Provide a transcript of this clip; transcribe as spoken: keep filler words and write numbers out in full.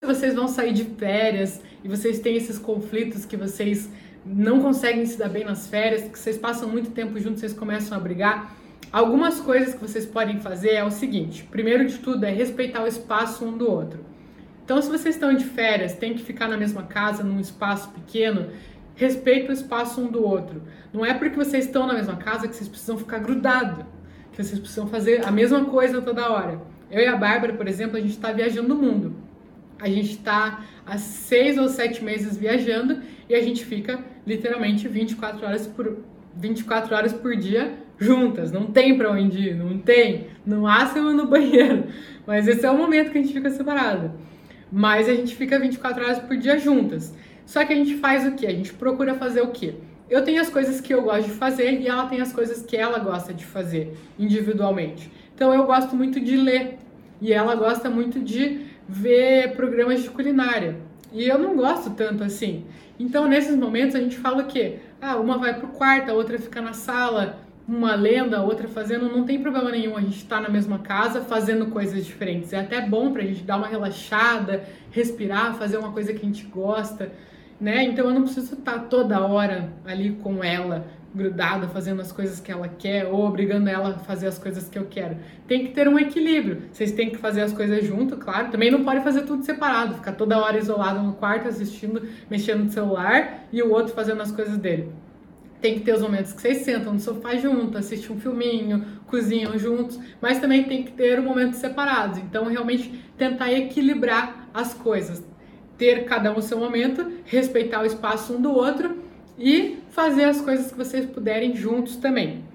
Vocês vão sair de férias e vocês têm esses conflitos que vocês não conseguem se dar bem nas férias, que vocês passam muito tempo juntos, vocês começam a brigar. Algumas coisas que vocês podem fazer é o seguinte: primeiro de tudo é respeitar o espaço um do outro. Então, se vocês estão de férias, tem que ficar na mesma casa, num espaço pequeno, respeita o espaço um do outro. Não é porque vocês estão na mesma casa que vocês precisam ficar grudados, que vocês precisam fazer a mesma coisa toda hora. Eu e a Bárbara, por exemplo, a gente está viajando o mundo. A gente está há seis ou sete meses viajando e a gente fica literalmente vinte e quatro horas por, vinte e quatro horas por dia juntas. Não tem pra onde ir, não tem. No máximo no banheiro. Mas esse é o momento que a gente fica separado. Mas a gente fica vinte e quatro horas por dia juntas. Só que a gente faz o quê? A gente procura fazer o quê? Eu tenho as coisas que eu gosto de fazer e ela tem as coisas que ela gosta de fazer individualmente. Então eu gosto muito de ler e ela gosta muito de ver programas de culinária. E eu não gosto tanto assim. Então, nesses momentos, a gente fala o quê? Ah, uma vai pro quarto, a outra fica na sala, uma lendo, a outra fazendo. Não tem problema nenhum a gente estar na mesma casa fazendo coisas diferentes. É até bom pra gente dar uma relaxada, respirar, fazer uma coisa que a gente gosta, né? Então, eu não preciso estar toda hora ali com ela, grudada, fazendo as coisas que ela quer ou obrigando ela a fazer as coisas que eu quero. Tem que ter um equilíbrio. Vocês têm que fazer as coisas junto, claro. Também não pode fazer tudo separado, ficar toda hora isolado no quarto, assistindo, mexendo no celular e o outro fazendo as coisas dele. Tem que ter os momentos que vocês sentam no sofá junto, assistem um filminho, cozinham juntos, mas também tem que ter um momentos separados. Então, realmente, tentar equilibrar as coisas. Ter cada um o seu momento, respeitar o espaço um do outro e fazer as coisas que vocês puderem juntos também.